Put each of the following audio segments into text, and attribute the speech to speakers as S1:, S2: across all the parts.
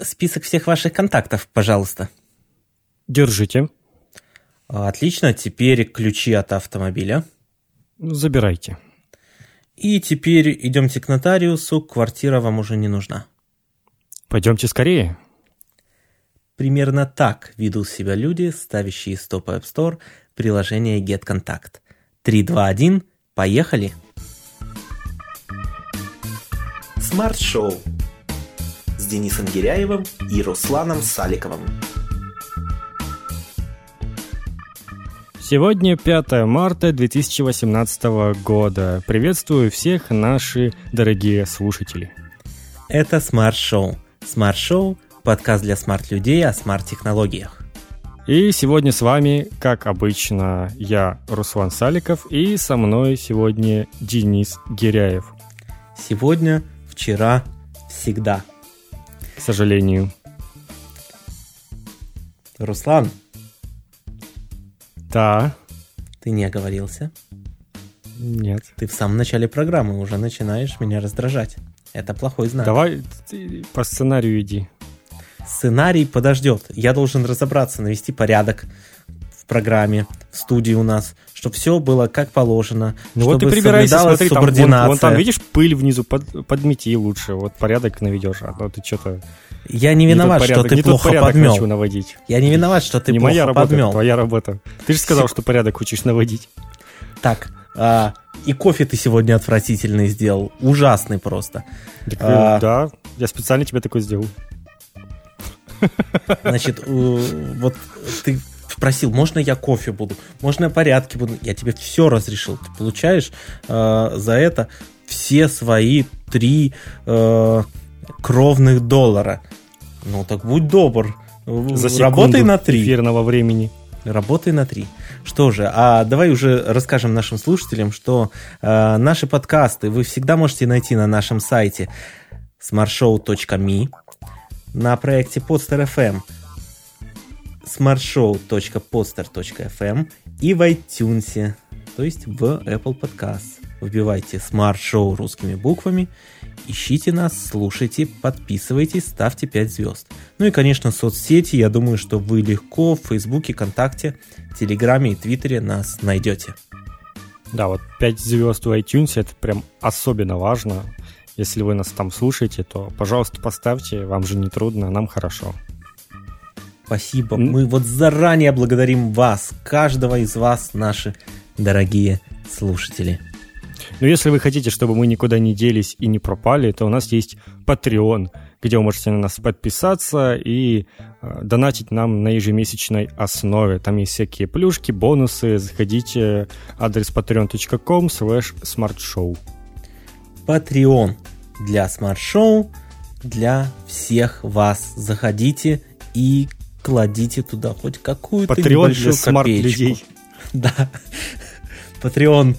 S1: список всех ваших контактов, пожалуйста.
S2: Держите.
S1: Отлично, теперь ключи от автомобиля.
S2: Забирайте.
S1: И теперь идемте к нотариусу, квартира вам уже не нужна.
S2: Пойдемте скорее.
S1: Примерно так ведут себя люди, ставящие из топа App Store приложение GetContact. 3, 2, 1, поехали! Смарт-шоу с Денисом Гиряевым и Русланом Саликовым.
S2: Сегодня 5 марта 2018 года. Приветствую всех наши дорогие слушатели.
S1: Это Смарт-шоу. Смарт-шоу – подкаст для смарт-людей о смарт-технологиях.
S2: И сегодня с вами, как обычно, я, Руслан Саликов, и со мной сегодня Денис Гиряев.
S1: Сегодня, вчера, всегда.
S2: К сожалению.
S1: Руслан.
S2: Да.
S1: Ты не оговорился?
S2: Нет.
S1: Ты в самом начале программы уже начинаешь меня раздражать. Это плохой знак.
S2: Давай ты по сценарию иди.
S1: Сценарий подождет. Я должен разобраться, навести порядок в программе, в студии у нас, чтобы все было как положено.
S2: Ну вот ты прибирайся, смотри, там, вон там, видишь, пыль внизу, подмети лучше, вот порядок наведешь, а то ты что-то...
S1: Я не виноват, что ты плохо подмел.
S2: Наводить.
S1: Я не виноват, что ты
S2: не
S1: плохо
S2: моя работа,
S1: подмел.
S2: Твоя работа. Ты же сказал, что порядок хочешь наводить.
S1: Так, и кофе ты сегодня отвратительный сделал. Ужасный просто.
S2: Так, да, я специально тебе такой сделал.
S1: Значит, вот ты спросил, можно я кофе буду, можно я порядки буду. Я тебе все разрешил. Ты получаешь за это все свои 3 кровных $. Ну так будь добр. Работай на 3.
S2: Эфирного времени.
S1: Работай на 3. Что же, давай уже расскажем нашим слушателям, что наши подкасты вы всегда можете найти на нашем сайте smartshow.me, на проекте Podster.fm smartshow.podster.fm и в iTunes, то есть в Apple Podcast. Вбивайте Smart Show русскими буквами, ищите нас, слушайте, подписывайтесь, ставьте 5 звезд. Ну и, конечно, соцсети. Я думаю, что вы легко в Фейсбуке, ВКонтакте, Телеграме и Твиттере нас найдете.
S2: Да, вот 5 звезд в iTunes, это прям особенно важно. Если вы нас там слушаете, то, пожалуйста, поставьте, вам же не трудно, нам хорошо.
S1: Спасибо. Мы вот заранее благодарим вас, каждого из вас, наши дорогие слушатели.
S2: Но если вы хотите, чтобы мы никуда не делись и не пропали, то у нас есть Patreon, где вы можете на нас подписаться и донатить нам на ежемесячной основе. Там есть всякие плюшки, бонусы. Заходите, адрес patreon.com/smartshow.
S1: Patreon для смарт-шоу, для всех вас. Заходите и кладите туда хоть какую-то
S2: Patreon
S1: небольшую
S2: для смарт-людей.
S1: Да, Patreon.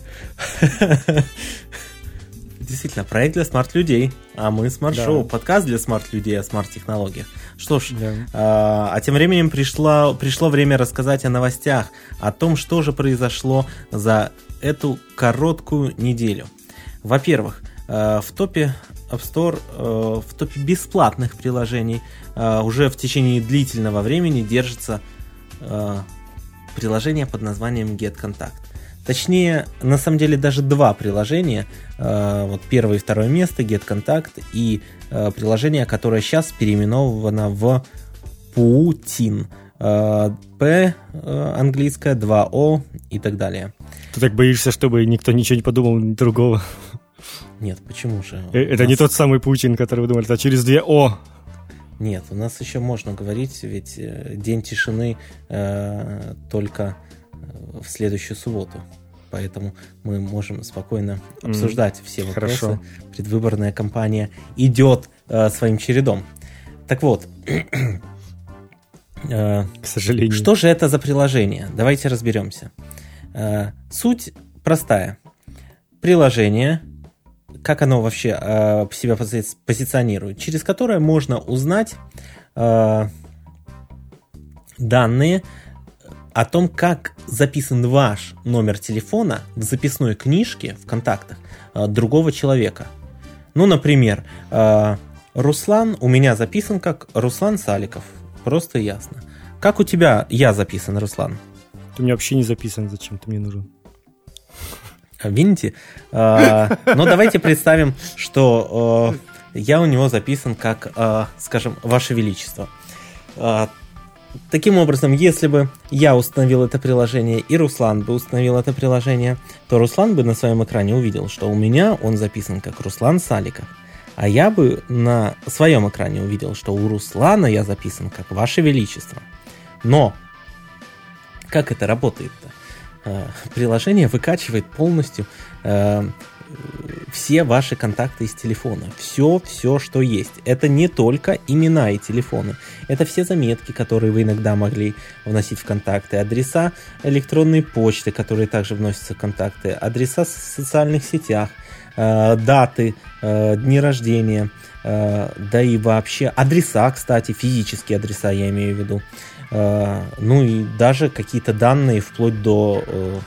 S1: Действительно, проект для смарт-людей, а мы смарт-шоу, да. Подкаст для смарт-людей о смарт-технологиях. Что ж, да. Тем временем пришло время рассказать о новостях, о том, что же произошло за эту короткую неделю. Во-первых, в топе App Store, в топе бесплатных приложений уже в течение длительного времени держится приложение под названием GetContact. Точнее, на самом деле даже 2 приложения, вот первое и второе место, GetContact, и приложение, которое сейчас переименовано в Putin. P английское, 2O и так далее.
S2: Ты так боишься, чтобы никто ничего не подумал другого?
S1: Нет, почему же?
S2: Это не тот самый Путин, который вы думали, это через 2 О.
S1: Нет, у нас еще можно говорить, ведь день тишины только в следующую субботу. Поэтому мы можем спокойно обсуждать все вопросы.
S2: Хорошо.
S1: Предвыборная кампания идет своим чередом. Так вот,
S2: к сожалению.
S1: Что же это за приложение? Давайте разберемся. Суть простая. Приложение, как оно вообще себя позиционирует, через которое можно узнать данные о том, как записан ваш номер телефона в записной книжке в контактах другого человека. Ну, например, Руслан у меня записан как Руслан Саликов. Просто и ясно. Как у тебя я записан, Руслан?
S2: Ты у меня вообще не записан, зачем ты мне нужен?
S1: Видите? Но давайте представим, что я у него записан как, скажем, Ваше Величество. Таким образом, если бы я установил это приложение и Руслан бы установил это приложение, то Руслан бы на своем экране увидел, что у меня он записан как Руслан Саликов. А я бы на своем экране увидел, что у Руслана я записан как Ваше Величество. Но как это работает-то? Приложение выкачивает полностью все ваши контакты из телефона. Все, что есть. Это не только имена и телефоны. Это все заметки, которые вы иногда могли вносить в контакты, адреса электронной почты, которые также вносятся в контакты, адреса в социальных сетях, даты, дни рождения, да и вообще адреса, кстати, физические адреса я имею в виду. Ну и даже какие-то данные вплоть до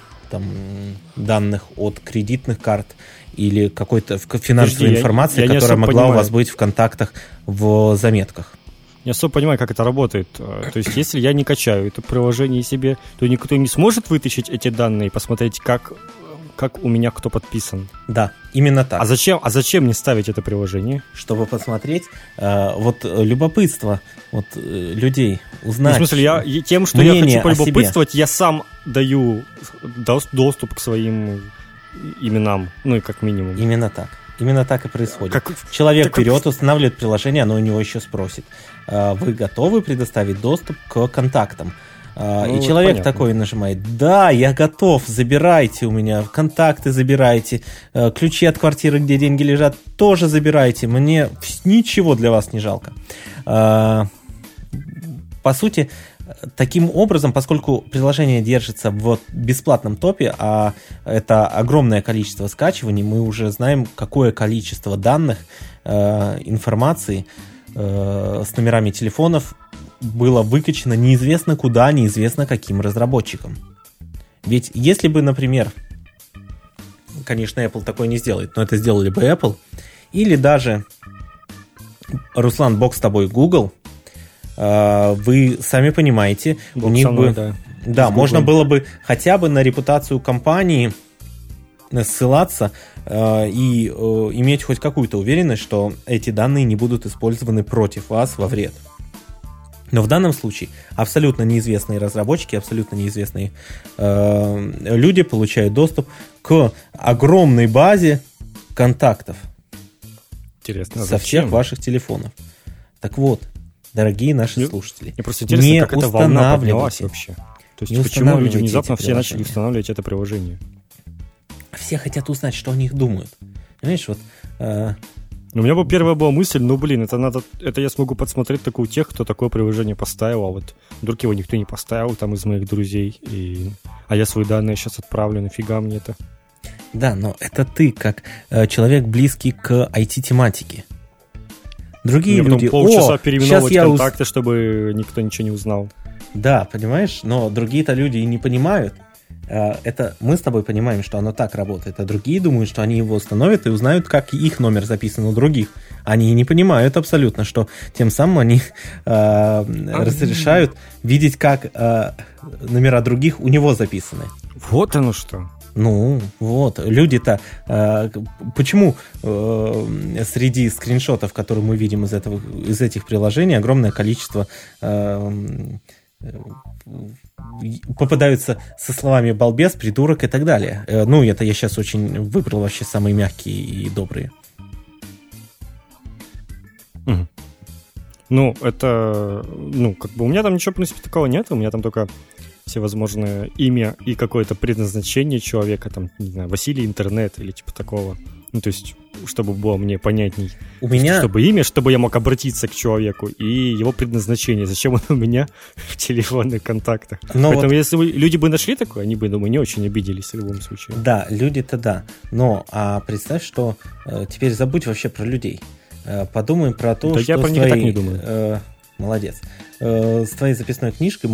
S1: данных от кредитных карт или какой-то финансовой информации, которая могла у вас быть в контактах, в заметках.
S2: Не особо понимаю, как это работает. То есть, если я не качаю это приложение себе, то никто не сможет вытащить эти данные и посмотреть, как у меня кто подписан.
S1: Да, именно так.
S2: А зачем мне ставить это приложение?
S1: Чтобы посмотреть, любопытство людей, узнать.
S2: В смысле, тем, что я хочу полюбопытствовать, я сам даю доступ к своим именам, и как минимум.
S1: Именно так. Именно так и происходит. Человек берет, устанавливает приложение, оно у него еще спросит. Вы готовы предоставить доступ к контактам? И человек такой нажимает: да, я готов, забирайте у меня, контакты забирайте, ключи от квартиры, где деньги лежат, тоже забирайте, мне ничего для вас не жалко. По сути, таким образом, поскольку приложение держится в бесплатном топе, а это огромное количество скачиваний, мы уже знаем, какое количество данных, информации с номерами телефонов было выкачано неизвестно куда, неизвестно каким разработчикам. Ведь если бы, например, конечно, Apple такое не сделает, но это сделали бы Apple, или даже, Руслан, бог с тобой, Google, вы сами понимаете, у них бы... Да, можно было бы хотя бы на репутацию компании ссылаться и иметь хоть какую-то уверенность, что эти данные не будут использованы против вас во вред. Но в данном случае абсолютно неизвестные разработчики, абсолютно неизвестные люди получают доступ к огромной базе контактов.
S2: Интересно,
S1: со всех ваших телефонов. Так вот, дорогие наши слушатели,
S2: мне просто интересно, как эта волна поднялась вообще. То есть почему люди внезапно все начали устанавливать это приложение?
S1: Все хотят узнать, что о них думают. Понимаешь,
S2: у меня бы первая была мысль, это я смогу подсмотреть только у тех, кто такое приложение поставил, а вот вдруг его никто не поставил там из моих друзей, а я свои данные сейчас отправлю, нафига мне это?
S1: Да, но это ты, как человек, близкий к IT-тематике. Другие
S2: мне
S1: люди...
S2: полчаса переименовывать контакты, чтобы никто ничего не узнал.
S1: Да, понимаешь, но другие-то люди и не понимают. Это мы с тобой понимаем, что оно так работает, а другие думают, что они его установят и узнают, как их номер записан у других. Они не понимают абсолютно, что тем самым они разрешают видеть, как номера других у него записаны.
S2: Вот оно что.
S1: Ну, вот, люди-то... почему среди скриншотов, которые мы видим из этих приложений, огромное количество... попадаются со словами балбес, придурок и так далее. Это я сейчас очень выбрал вообще самые мягкие и добрые.
S2: Это... у меня там ничего, в принципе, такого нет. У меня там только всевозможные имя и какое-то предназначение человека, там, не знаю, Василий Интернет или типа такого. То есть, чтобы было мне понятней. Чтобы имя, чтобы я мог обратиться к человеку, и его предназначение. Зачем он у меня в телефонных контактах? Поэтому, если люди бы нашли такое, они бы, думаю, не очень обиделись в любом случае.
S1: Да, люди-то да. Но представь, что теперь забудь вообще про людей. Подумаем про то,
S2: что я про них так не думаю.
S1: Молодец. С твоей записной книжкой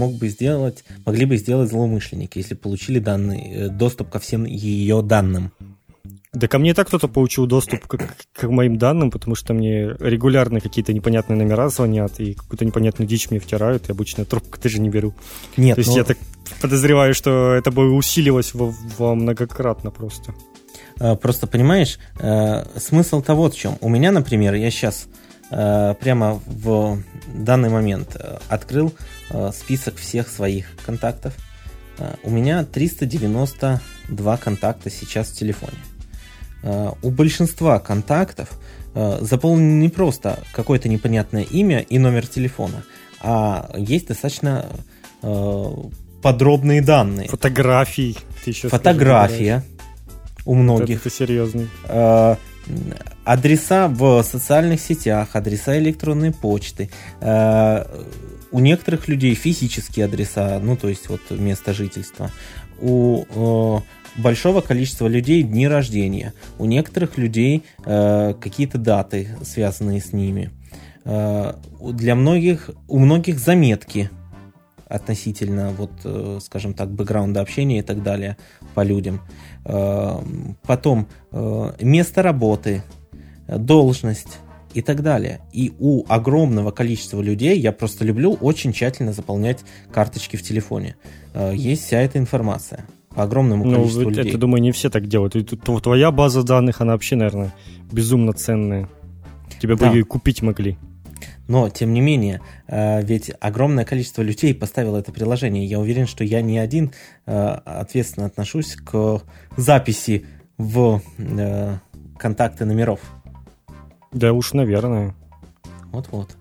S1: могли бы сделать злоумышленники, если получили доступ ко всем ее данным.
S2: Да ко мне и так кто-то получил доступ к моим данным, потому что мне регулярно какие-то непонятные номера звонят и какую-то непонятную дичь мне втирают, и обычно трубку даже не беру.
S1: Нет,
S2: то есть я так подозреваю, что это бы усилилось во многократно просто.
S1: Просто понимаешь, смысл-то вот в чем. У меня, например, я сейчас прямо в данный момент открыл список всех своих контактов. У меня 392 контакта сейчас в телефоне. У большинства контактов заполнено не просто какое-то непонятное имя и номер телефона, а есть достаточно подробные данные.
S2: Фотографии.
S1: Фотография у многих.
S2: Это серьезный.
S1: Адреса в социальных сетях, адреса электронной почты. У некоторых людей физические адреса, ну то есть вот место жительства. У большого количества людей дни рождения. У некоторых людей какие-то даты, связанные с ними. У многих заметки относительно, вот, скажем так, бэкграунда общения и так далее по людям. Потом место работы, должность и так далее. И у огромного количества людей, я просто люблю очень тщательно заполнять карточки в телефоне. Есть вся эта информация по огромному количеству людей.
S2: Это, думаю, не все так делают. И твоя база данных, она вообще, наверное, безумно ценная. Тебе бы ее купить могли.
S1: Но, тем не менее, ведь огромное количество людей поставило это приложение. Я уверен, что я не один ответственно отношусь к записи в контакты номеров.
S2: Да уж, наверное.
S1: Вот-вот.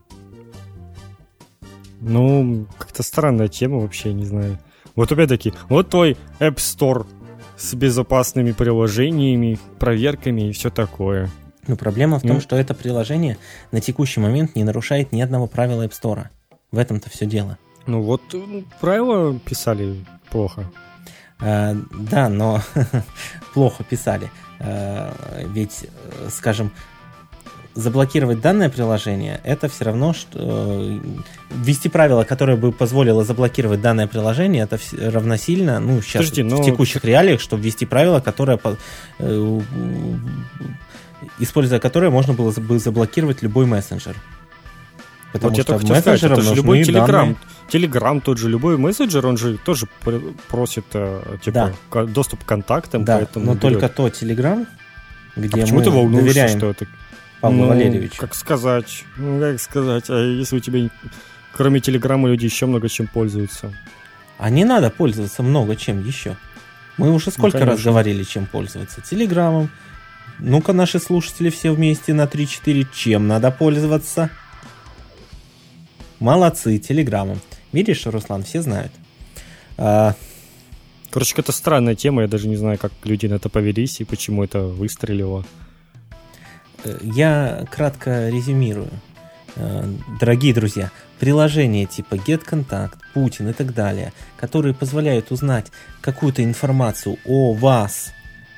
S2: Ну, как-то странная тема вообще, не знаю. Вот опять-таки, вот твой App Store с безопасными приложениями, проверками и все такое.
S1: Но проблема в том, что это приложение на текущий момент не нарушает ни одного правила App Store. В этом-то все дело.
S2: Ну вот правила писали плохо.
S1: Да, но плохо писали. Ведь, скажем, заблокировать данное приложение, это все равно, что ввести правило, которое бы позволило заблокировать данное приложение, это равносильно, ну, сейчас в текущих реалиях, что ввести правило, которое, используя которое, можно было бы заблокировать любой мессенджер. Потому
S2: вот
S1: что мессенджерам нужны
S2: любой
S1: данные.
S2: Telegram тот же, любой мессенджер, он же тоже просит доступ к контактам.
S1: Да, но только то Telegram, где мы
S2: доверяем что это?
S1: Павлу Валерьевичу.
S2: Как сказать? А если у тебя кроме Телеграма люди еще много чем пользуются?
S1: А не надо пользоваться много чем еще. Мы уже сколько раз говорили, чем пользоваться. Телеграмом. Ну-ка, наши слушатели все вместе на 3-4. Чем надо пользоваться? Молодцы, Телеграмом. Видишь, Руслан, все знают.
S2: Короче, какая-то странная тема. Я даже не знаю, как люди на это повелись и почему это выстрелило.
S1: Я кратко резюмирую. Дорогие друзья, приложения типа GetContact, Путин и так далее, которые позволяют узнать какую-то информацию о вас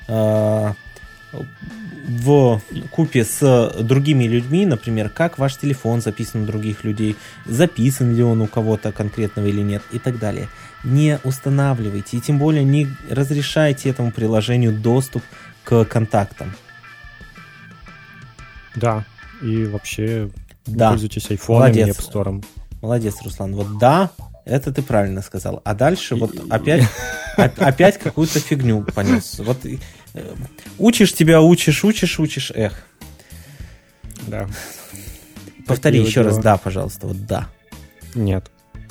S1: в купе с другими людьми, например, как ваш телефон записан у других людей, записан ли он у кого-то конкретного или нет и так далее. Не устанавливайте и тем более не разрешайте этому приложению доступ к контактам.
S2: Да, и вообще пользуйтесь айфоном и App Store.
S1: Молодец, Руслан. Вот да, это ты правильно сказал. А дальше вот опять какую-то фигню понес. Вот учишь, эх.
S2: Да.
S1: Повтори еще раз да, пожалуйста, вот да.
S2: Нет.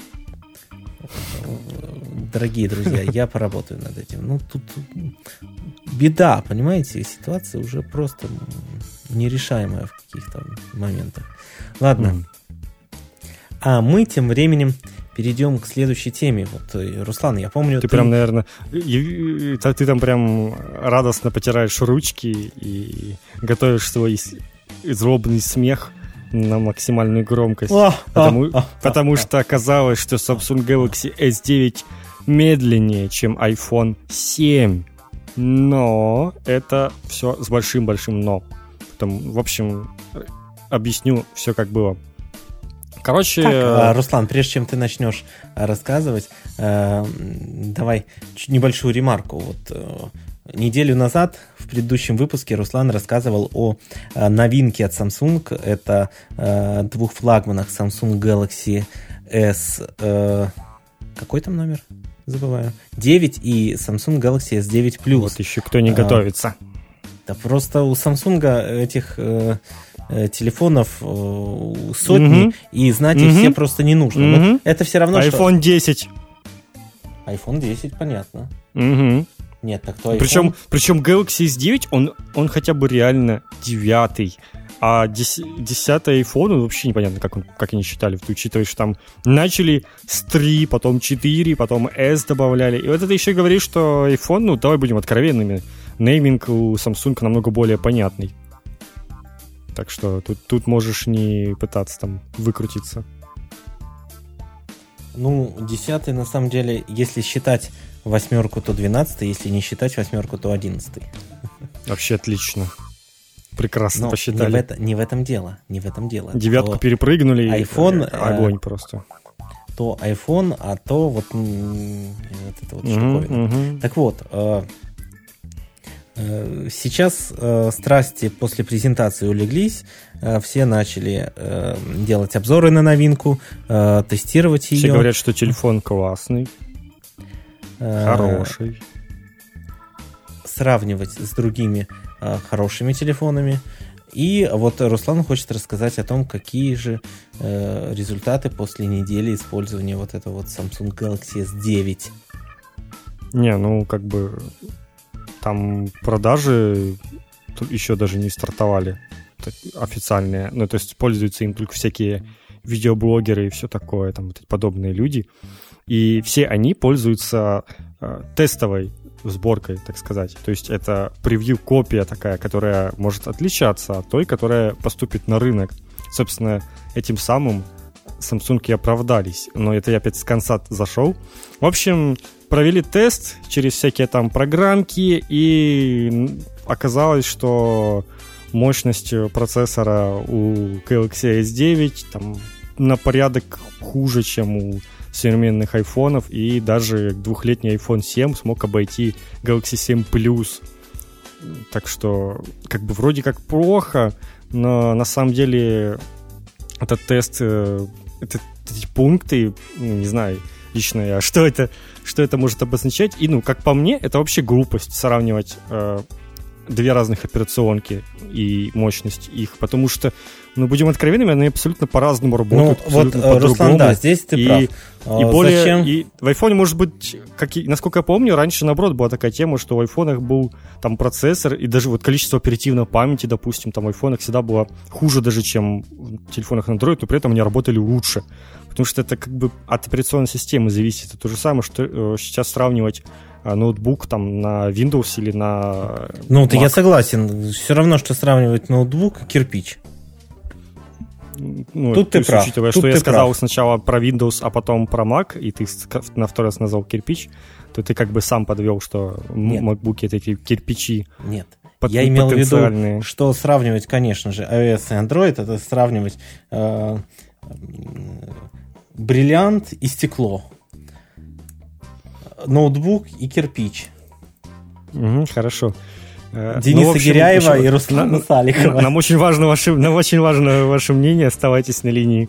S1: Дорогие друзья, я поработаю над этим. Ну, тут беда, понимаете? Ситуация уже просто нерешаемая в каких-то моментах. Ладно. А мы тем временем перейдем к следующей теме. Вот, Руслан, я помню...
S2: Ты прям, наверное... Ты там прям радостно потираешь ручки и готовишь свой злобный смех на максимальную громкость. Потому что оказалось, что Samsung Galaxy S9 медленнее, чем iPhone 7. Но это все с большим-большим но. В общем, объясню все, как было. Короче...
S1: Так, Руслан, прежде чем ты начнешь рассказывать, давай небольшую ремарку. Вот неделю назад в предыдущем выпуске Руслан рассказывал о новинке от Samsung. Это двух флагманах Samsung Galaxy S... какой там номер? Забываю. 9 и Samsung Galaxy S9 Plus.
S2: Вот еще кто не готовится.
S1: Да просто у Samsung этих телефонов сотни, и знать их все просто не нужно. Но это все равно,
S2: iPhone 10.
S1: iPhone 10, понятно. Нет, так то
S2: iPhone. Причем Galaxy S9, он хотя бы реально 9. А 10-й iPhone, вообще непонятно, как они считали, учитывая, что там начали с 3, потом 4, потом S добавляли. И вот это еще говорит, что iPhone, давай будем откровенными, нейминг у Samsung намного более понятный. Так что тут можешь не пытаться там выкрутиться.
S1: 10-й на самом деле, если считать 8, то 12-й, если не считать 8, то 11-й.
S2: Вообще отлично. Прекрасно посчитали.
S1: Не в этом дело.
S2: 9 перепрыгнули,
S1: iPhone,
S2: огонь просто.
S1: То iPhone, а то вот это вот штуковина. Так вот, сейчас страсти после презентации улеглись, все начали делать обзоры на новинку, тестировать ее.
S2: Все говорят, что телефон классный, хороший.
S1: Сравнивать с другими хорошими телефонами. И вот Руслан хочет рассказать о том, какие же результаты после недели использования вот этого вот Samsung Galaxy S9.
S2: Там продажи еще даже не стартовали официальные. То есть пользуются им только всякие видеоблогеры и все такое, там вот подобные люди. И все они пользуются тестовой сборкой, так сказать. То есть это превью-копия такая, которая может отличаться от той, которая поступит на рынок. Собственно, этим самым Samsung и оправдались. Но это я опять с конца зашел. В общем, провели тест через всякие там программки, и оказалось, что мощность процессора у Galaxy S9 там на порядок хуже, чем у современных айфонов, и даже двухлетний iPhone 7 смог обойти Galaxy 7 Plus. Так что, вроде как плохо, но на самом деле этот тест, эти пункты, не знаю, лично я, что это может обозначать. И, как по мне, это вообще глупость сравнивать две разных операционки и мощность их, потому что, будем откровенными, они абсолютно по-разному работают, абсолютно по-другому.
S1: Руслан, да, здесь ты прав.
S2: И более, и в айфоне, может быть, насколько я помню, раньше, наоборот, была такая тема, что в айфонах был там процессор, и даже вот количество оперативной памяти, допустим, там в айфонах всегда было хуже даже, чем в телефонах Android, но при этом они работали лучше. Потому что это от операционной системы зависит. Это то же самое, что сейчас сравнивать ноутбук там на Windows или на Mac.
S1: Я согласен. Все равно, что сравнивать ноутбук и кирпич.
S2: Тут ты прав. Учитывая, что я сказал сначала про Windows, а потом про Mac, и ты на второй раз назвал кирпич, то ты сам подвел, что MacBook'и это кирпичи.
S1: Нет. Я имел в виду, что сравнивать, конечно же, iOS и Android, это сравнивать бриллиант и стекло. Ноутбук и кирпич.
S2: хорошо.
S1: Дениса Гиряева и Руслана Саликова.
S2: Нам очень важно ваше мнение, оставайтесь на линии.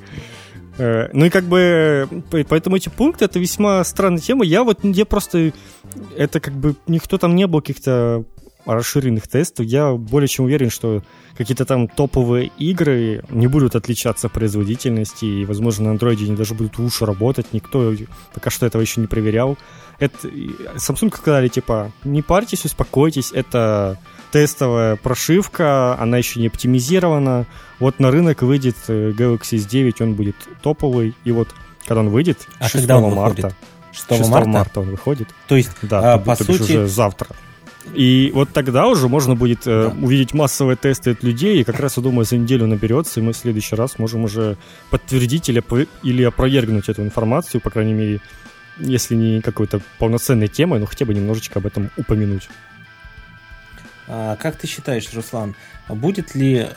S2: Поэтому эти пункты — это весьма странная тема. Я просто... Это никто там не было каких-то расширенных тестов. Я более чем уверен, что какие-то там топовые игры не будут отличаться производительности, и, возможно, на Android они даже будут лучше работать. Никто пока что этого еще не проверял. Samsung сказали, не парьтесь, успокойтесь, это тестовая прошивка, она еще не оптимизирована. Вот на рынок выйдет Galaxy S9, он будет топовый, и вот когда он выйдет, 6 марта. 6 марта он выходит.
S1: То есть, по сути...
S2: уже завтра. И вот тогда уже можно будет увидеть массовые тесты от людей, и как раз, я думаю, за неделю наберется, и мы в следующий раз можем уже подтвердить или опровергнуть эту информацию, по крайней мере, если не какой-то полноценной темой, но хотя бы немножечко об этом упомянуть.
S1: Как ты считаешь, Руслан, будет ли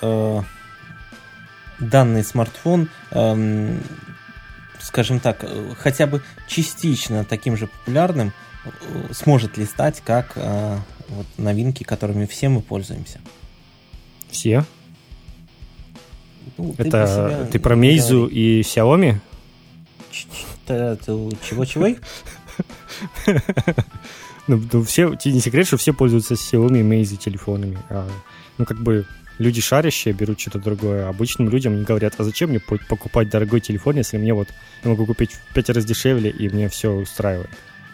S1: данный смартфон, скажем так, хотя бы частично таким же популярным, сможет ли стать, как вот новинки, которыми все мы пользуемся.
S2: Все?
S1: Ну,
S2: это ты про Meizu и Xiaomi?
S1: Чего?
S2: Ну, все, не секрет, что все пользуются Xiaomi и Meizu телефонами. Люди шарящие берут что-то другое. Обычным людям они говорят, а зачем мне покупать дорогой телефон, если мне вот я могу купить в 5 раз дешевле, и мне все устраивает.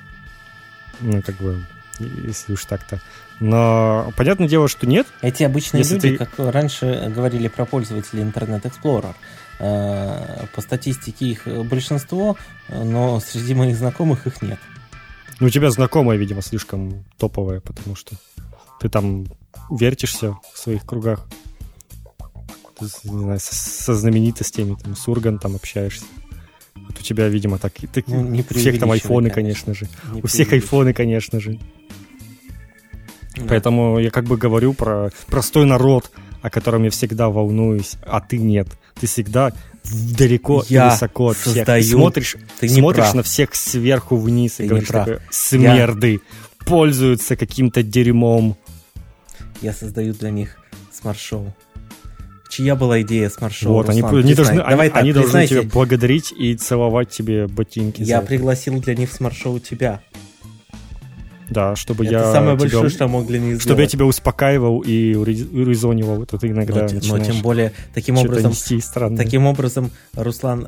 S2: Если уж так-то. Но понятное дело, что нет.
S1: Эти обычные люди, как раньше говорили про пользователей Internet Explorer, по статистике их большинство, но среди моих знакомых их нет.
S2: Ну, у тебя знакомая, видимо, слишком топовая, потому что ты там вертишься в своих кругах. Ты, не знаю, со знаменитостями, там, с Ургантом общаешься. Вот у тебя, видимо, так у всех там айфоны, конечно же. У всех айфоны, конечно же. Да. Поэтому я говорю про простой народ, о котором я всегда волнуюсь, а ты нет. Ты всегда далеко и высоко от всех. Ты смотришь на всех сверху вниз и говоришь, такое, смерды, пользуются каким-то дерьмом.
S1: Я создаю для них смарт-шоу. Чья была идея смарт-шоу?
S2: Вот,
S1: Руслан,
S2: они должны тебя благодарить и целовать тебе ботинки.
S1: Я пригласил для них в смарт-шоу тебя.
S2: Да, чтобы
S1: это самое большое, что мог для них сделать.
S2: Чтобы я тебя успокаивал и урезонивал. Это ты иногда
S1: но тем более, таким образом, Руслан,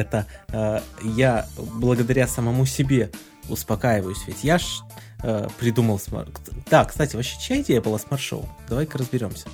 S1: я благодаря самому себе успокаиваюсь. Ведь я придумал смарт... Да, кстати, вообще чья идея была смарт-шоу? Давай-ка разберемся.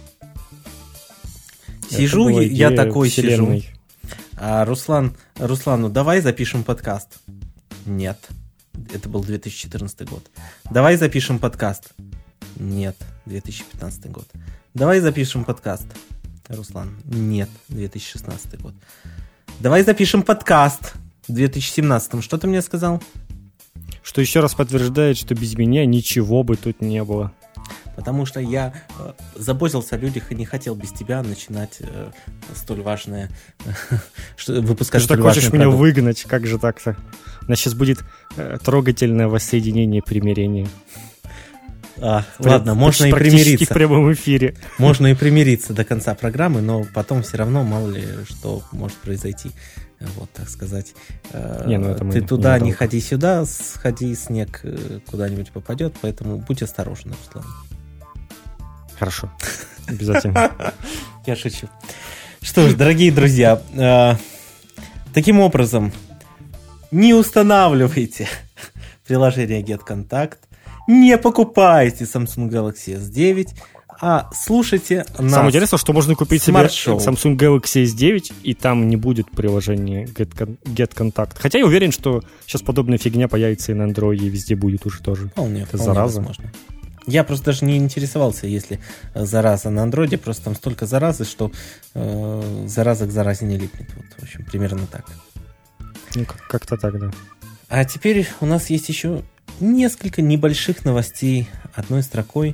S1: Сижу, я такой вселенной. Сижу. А Руслану, давай запишем подкаст. Нет. Это был 2014 год. Давай запишем подкаст. Нет, 2015 год. Давай запишем подкаст. Руслан. Нет, 2016 год. Давай запишем подкаст. 2017. Что ты мне сказал?
S2: Что еще раз подтверждает, что без меня ничего бы тут не было.
S1: Потому что я заботился о людях и не хотел без тебя начинать столь важное... выпускать
S2: столь важный продукт. Ты так хочешь меня выгнать? Как же так-то? У нас сейчас будет трогательное воссоединение и примирение.
S1: Ладно, можно и примириться.
S2: В прямом эфире.
S1: Можно и примириться до конца программы, но потом все равно мало ли что может произойти. Вот, так сказать. Ты туда не ходи, сюда сходи, снег куда-нибудь попадет, поэтому будь осторожен, Руслан.
S2: Хорошо, обязательно.
S1: Я шучу. Что ж, дорогие друзья, таким образом, не устанавливайте приложение GetContact, не покупайте Samsung Galaxy S9, а слушайте нас.
S2: Самое интересное, что можно купить себе Samsung Galaxy S9, и там не будет приложения GetContact. Хотя я уверен, что сейчас подобная фигня появится и на Android, и везде будет уже тоже.
S1: Вполне возможно. Я просто даже не интересовался, если зараза на Android, просто там столько заразы, что зараза к заразе не липнет. Вот, в общем, примерно так.
S2: Ну, как-то так, да.
S1: А теперь у нас есть еще несколько небольших новостей одной строкой.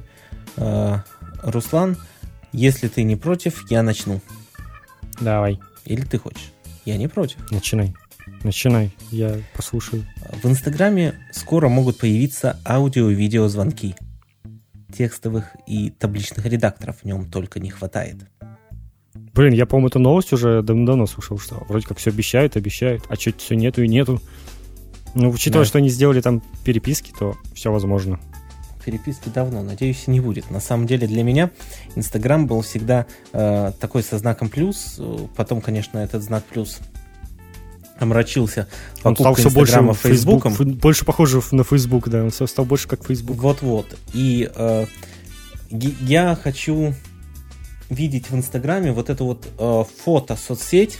S1: Руслан, если ты не против, я начну.
S2: Давай.
S1: Или ты хочешь? Я не против.
S2: Начинай, я послушаю.
S1: В Инстаграме скоро могут появиться аудио- и видеозвонки. Текстовых и табличных редакторов в нем только не хватает.
S2: Блин, я, по-моему, эту новость уже давно слушал, что вроде как все обещают, а что-то все нету и нету. Ну, учитывая, что они сделали там переписки, то все возможно.
S1: Переписки давно, надеюсь, и не будет. На самом деле для меня Инстаграм был всегда такой со знаком плюс. Потом, конечно, этот знак плюс омрачился покупкой Инстаграма Фейсбуком.
S2: Больше похоже на Фейсбук, да. Он все стал больше как Фейсбук.
S1: Вот-вот. И я хочу видеть в Инстаграме вот эту вот фото-соцсеть,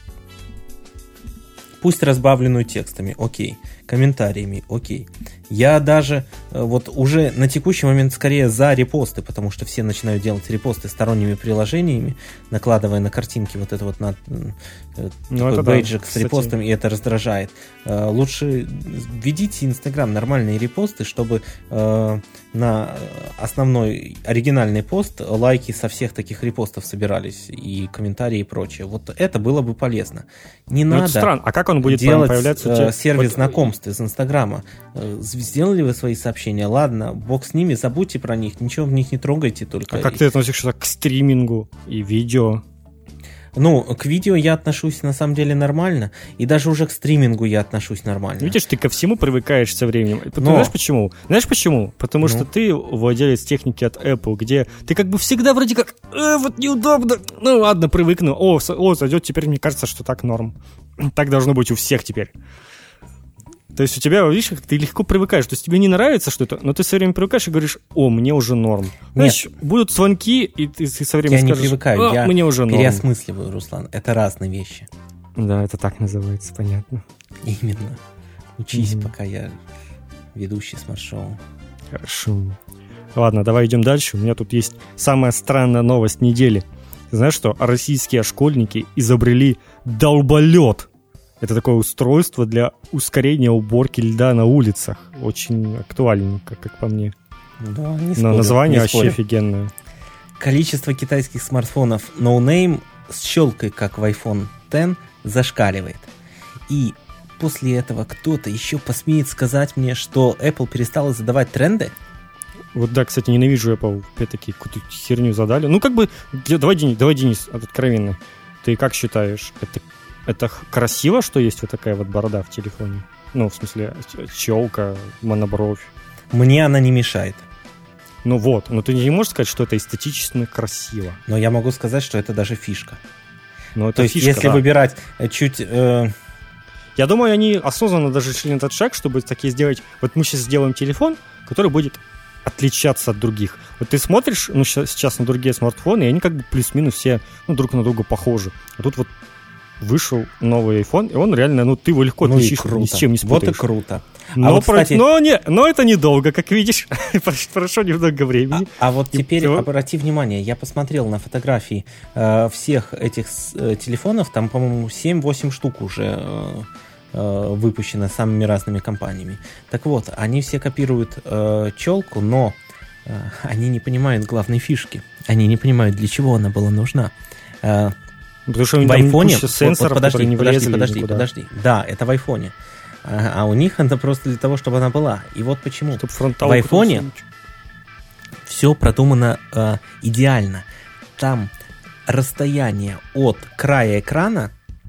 S1: пусть разбавленную текстами, окей, комментариями, окей. Я даже вот уже на текущий момент скорее за репосты, потому что все начинают делать репосты сторонними приложениями, накладывая на картинки вот это вот бейджик с репостом, и это раздражает. Лучше введите Инстаграм нормальные репосты, чтобы на основной оригинальный пост лайки со всех таких репостов собирались, и комментарии и прочее. Вот это было бы полезно. Не надо
S2: странно. А как он будет
S1: делать
S2: появляться
S1: сервис знакомств из Инстаграма. Сделали вы свои сообщения сообщения. Ладно, бог с ними, забудьте про них, ничего в них не трогайте только.
S2: А как ты относишься к стримингу и видео?
S1: Ну, к видео я отношусь на самом деле нормально, и даже уже к стримингу я отношусь нормально.
S2: Видишь, ты ко всему привыкаешь со временем. Знаешь почему? Знаешь почему? Потому что ты владелец техники от Apple, где ты как бы всегда вроде как, вот неудобно, ну ладно, привыкну, о, зайдет, теперь мне кажется, что так норм. Так должно быть у всех теперь. То есть у тебя, видишь, как ты легко привыкаешь. То есть тебе не нравится что-то, но ты со временем привыкаешь и говоришь, о, мне уже норм. Знаешь, будут звонки, и ты со временем скажешь,
S1: я не привыкаю,
S2: мне уже норм.
S1: Переосмысливаю, Руслан. Это разные вещи.
S2: Да, это так называется, понятно.
S1: Именно. Учись, пока я ведущий смарт-шоу.
S2: Хорошо. Ладно, давай идем дальше. У меня тут есть самая странная новость недели. Ты знаешь что? Российские школьники изобрели долболет. Это такое устройство для ускорения уборки льда на улицах. Очень актуальненько, как по мне.
S1: Да, не спорю.
S2: Но название вообще офигенное.
S1: Количество китайских смартфонов No Name с щелкой, как в iPhone X, зашкаливает. И после этого кто-то еще посмеет сказать мне, что Apple перестала задавать тренды?
S2: Вот да, кстати, ненавижу Apple. Опять-таки, какую-то херню задали. Ну, как бы, давай, Денис, откровенно. Ты как считаешь, это красиво, что есть вот такая вот борода в телефоне? Ну, в смысле, челка, монобровь.
S1: Мне она не мешает.
S2: Ну вот, но ты не можешь сказать, что это эстетически красиво.
S1: Но я могу сказать, что это даже фишка.
S2: Но это
S1: то есть,
S2: фишка,
S1: если выбирать чуть...
S2: Я думаю, они осознанно даже шли на этот шаг, чтобы такие сделать... Вот мы сейчас сделаем телефон, который будет отличаться от других. Вот ты смотришь, ну, сейчас на другие смартфоны, и они как бы плюс-минус все, ну, друг на друга похожи. А тут вот вышел новый iPhone, и он реально, ну, ты его легко отличишь, ни с чем не спутаешь.
S1: Вот и круто.
S2: Но, кстати... но это недолго, как видишь. Прошло немного времени.
S1: А вот теперь обрати внимание, я посмотрел на фотографии всех этих телефонов, там, по-моему, 7-8 штук уже выпущено самыми разными компаниями. Так вот, они все копируют челку, но они не понимают главной фишки. Они не понимают, для чего она была нужна.
S2: Потому что
S1: в айфоне
S2: сенсоров, которые не влезли никуда.
S1: Подожди. Да, это в айфоне. А у них это просто для того, чтобы она была. И вот почему. В айфоне все продумано идеально. Там расстояние от края экрана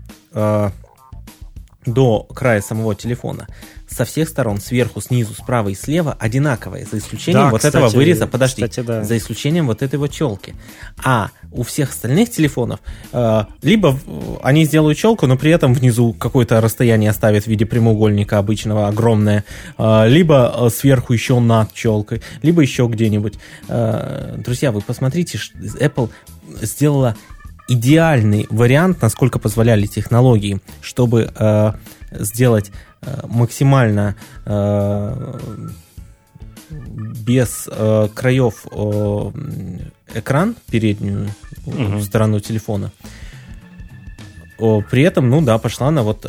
S1: до края самого телефона со всех сторон, сверху, снизу, справа и слева одинаковое, за исключением этого выреза, за исключением вот этой вот челки. А у всех остальных телефонов либо они сделают челку, но при этом внизу какое-то расстояние оставят в виде прямоугольника обычного, огромное, либо сверху еще над челкой, либо еще где-нибудь. Друзья, вы посмотрите, Apple сделала идеальный вариант, насколько позволяли технологии, чтобы сделать максимально без краев экран, переднюю сторону телефона. При этом, ну да, пошла на вот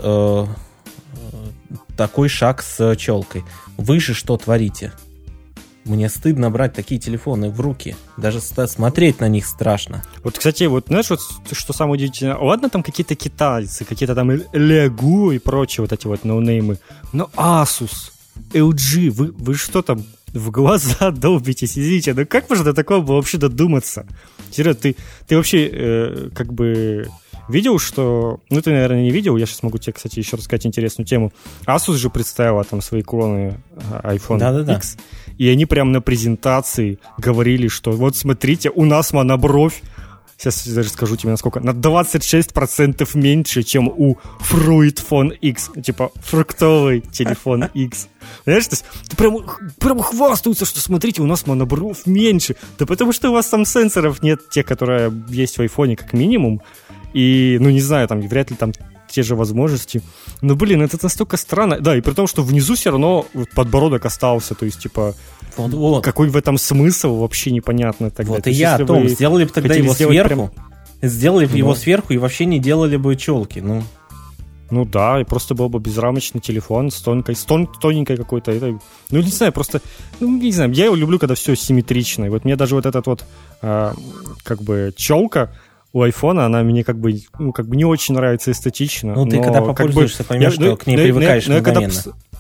S1: такой шаг с челкой. Вы же что творите? Мне стыдно брать такие телефоны в руки. Даже смотреть на них страшно.
S2: Вот, кстати, вот знаешь, вот что самое удивительное? Ладно, там какие-то китайцы, какие-то там Lego и прочие вот эти вот ноунеймы. Но Asus, LG, вы что там в глаза долбитесь? Извините, ну как можно до такого было вообще додуматься? Серьезно, ты вообще как бы... Видел, что... Ну, ты, наверное, не видел. Я сейчас могу тебе, кстати, еще рассказать интересную тему. Asus же представила там свои клоны iPhone X. И они прямо на презентации говорили, что вот смотрите, у нас монобровь. Сейчас даже скажу тебе насколько. На 26% меньше, чем у Fruit Phone X. Типа фруктовый телефон X. Знаешь, то есть прям хвастаются, что смотрите, у нас монобровь меньше. Да потому что у вас там сенсоров нет, тех, которые есть в айфоне как минимум. И, ну, не знаю, там, вряд ли там те же возможности. Но, блин, это настолько странно. Да, и при том, что внизу все равно подбородок остался. То есть, типа,
S1: вот.
S2: Какой в этом смысл, вообще непонятно тогда.
S1: Вот и я о том, сделали бы тогда его сверху. Сделали бы его сверху и вообще не делали бы челки,
S2: Ну да, и просто был бы безрамочный телефон с тоненькой какой-то. Это, ну, не знаю, просто... Ну, не знаю, я его люблю, когда все симметрично. И вот мне даже вот этот вот, как бы, челка у айфона, она мне как бы не очень нравится эстетично.
S1: Ну, ты когда попользуешься, поймешь, что к ней привыкаешь мгновенно.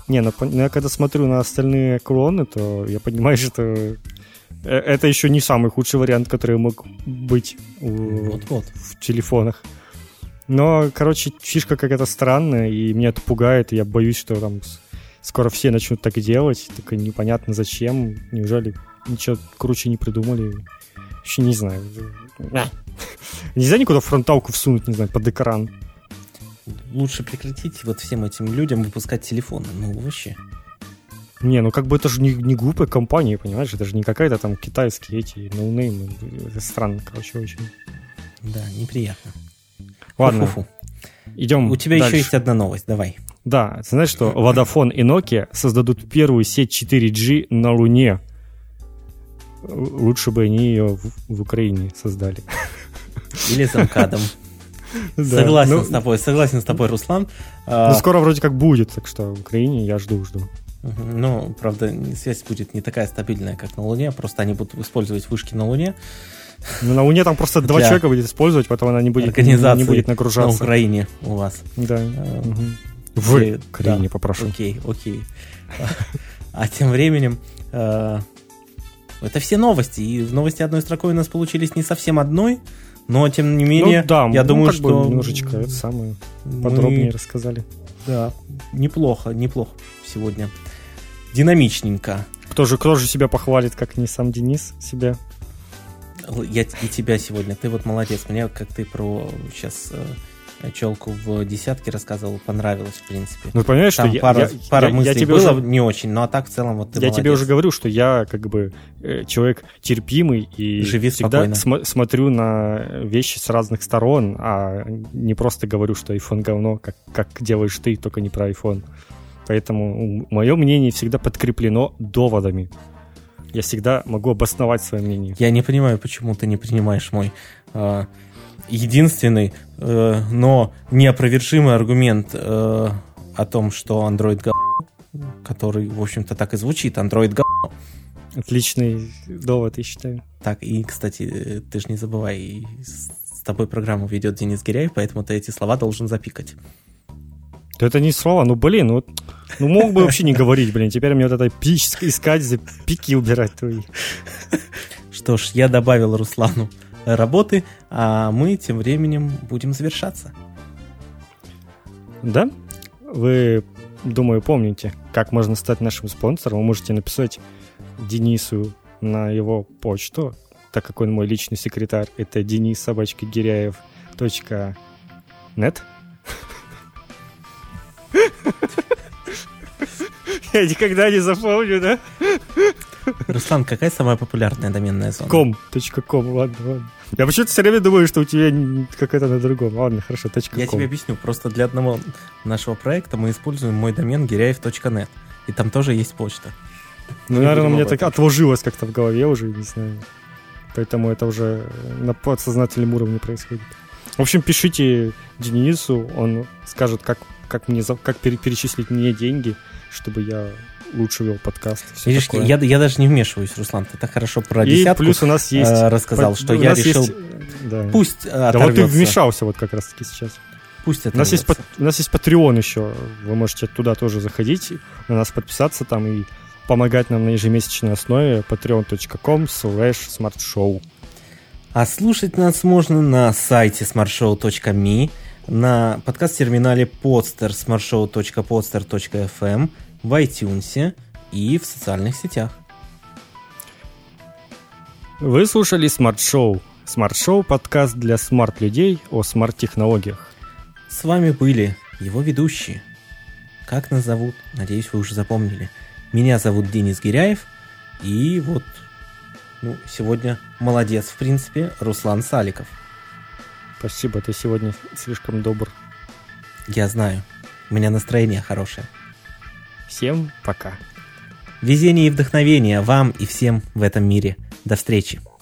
S2: Не, но я когда смотрю на остальные клоны, то я понимаю, что это еще не самый худший вариант, который мог быть в телефонах. Но, короче, фишка какая-то странная, и меня это пугает, и я боюсь, что там скоро все начнут так делать, только непонятно зачем. Неужели ничего круче не придумали? Вообще не знаю. Нельзя никуда фронталку всунуть, не знаю, под экран.
S1: Лучше прекратить вот всем этим людям выпускать телефоны. Ну, вообще.
S2: Не, ну как бы это же не глупая компания, понимаешь? Это же не какая-то там китайские эти ноунеймы. Это странно, короче, очень.
S1: Да, неприятно.
S2: Ладно, идем
S1: У тебя
S2: дальше.
S1: еще есть одна новость, давай.
S2: Да, ты знаешь, что Vodafone и Nokia создадут первую сеть 4G на Луне. Лучше бы они ее в Украине создали.
S1: Или за МКАДом. Согласен с тобой, Руслан.
S2: Ну, скоро вроде как будет, так что в Украине я жду.
S1: Ну, правда, связь будет не такая стабильная, как на Луне, просто они будут использовать вышки на Луне.
S2: Ну, на Луне там просто 2 человека будет использовать, потом она не будет нагружаться.
S1: На Украине у вас.
S2: Да. В Украине, попрошу.
S1: Окей. А тем временем... Это все новости, и новости одной строкой у нас получились не совсем одной, но тем не менее, я думаю, что...
S2: немножечко это самое подробнее рассказали.
S1: Да, неплохо сегодня. Динамичненько.
S2: Кто же себя похвалит, как не сам Денис себя?
S1: Я и тебя сегодня. Ты вот молодец. Мне, как ты про сейчас челку в десятке рассказывал, понравилось, в принципе.
S2: Ну, понимаешь,
S1: там
S2: что
S1: пара мыслей
S2: тебе
S1: было
S2: уже...
S1: не очень, но а так в целом вот ты
S2: Я
S1: молодец.
S2: тебе уже говорю, что я как бы человек терпимый и
S1: живи
S2: всегда
S1: смотрю
S2: на вещи с разных сторон, а не просто говорю, что iPhone говно, как делаешь ты, только не про iPhone. Поэтому мое мнение всегда подкреплено доводами. Я всегда могу обосновать свое мнение.
S1: Я не понимаю, почему ты не принимаешь мой единственный, но неопровержимый аргумент о том, что Android говно, который, в общем-то, так и звучит. Android говно.
S2: Отличный довод, я считаю.
S1: Так, и, кстати, ты же не забывай, с тобой программу ведет Денис Гиряев, поэтому ты эти слова должен запикать.
S2: Это не слова, ну мог бы вообще не говорить, теперь мне вот это искать, за пики убирать твои.
S1: Что ж, я добавил Руслану работы, а мы тем временем будем завершаться.
S2: Да? Вы, думаю, помните, как можно стать нашим спонсором. Вы можете написать Денису на его почту, так как он мой личный секретарь. Это denis@giraev.net. Я никогда не запомню, да?
S1: Руслан, какая самая популярная доменная зона?
S2: .com, ладно. Я почему-то все время думаю, что у тебя какая-то на другом. Ладно, хорошо, .com.
S1: Я тебе объясню. Просто для одного нашего проекта мы используем мой домен giraev.net. И там тоже есть почта.
S2: Ну, наверное, мне так отложилось как-то в голове уже, не знаю. Поэтому это уже на подсознательном уровне происходит. В общем, пишите Денису, он скажет, как перечислить мне деньги, чтобы я лучше вел подкаст.
S1: Видишь, я даже не вмешиваюсь, Руслан. Ты так хорошо про десятку
S2: плюс у нас есть,
S1: рассказал, что я решил...
S2: Да.
S1: Пусть оторвется.
S2: Да вот ты вмешался вот как раз-таки сейчас.
S1: Пусть
S2: оторвется. У нас есть Patreon еще. Вы можете туда тоже заходить, на нас подписаться там и помогать нам на ежемесячной основе. patreon.com/smartshow.
S1: А слушать нас можно на сайте smartshow.me, на подкаст-терминале Podster smartshow.podster.fm, в iTunes и в социальных сетях.
S2: Вы слушали Smart Show. Smart Show – подкаст для смарт-людей о смарт-технологиях.
S1: С вами были его ведущие. Как нас зовут? Надеюсь, вы уже запомнили. Меня зовут Денис Гиряев. И вот, сегодня молодец, в принципе, Руслан Саликов.
S2: Спасибо, ты сегодня слишком добр.
S1: Я знаю. У меня настроение хорошее.
S2: Всем пока.
S1: Везения и вдохновения вам и всем в этом мире. До встречи.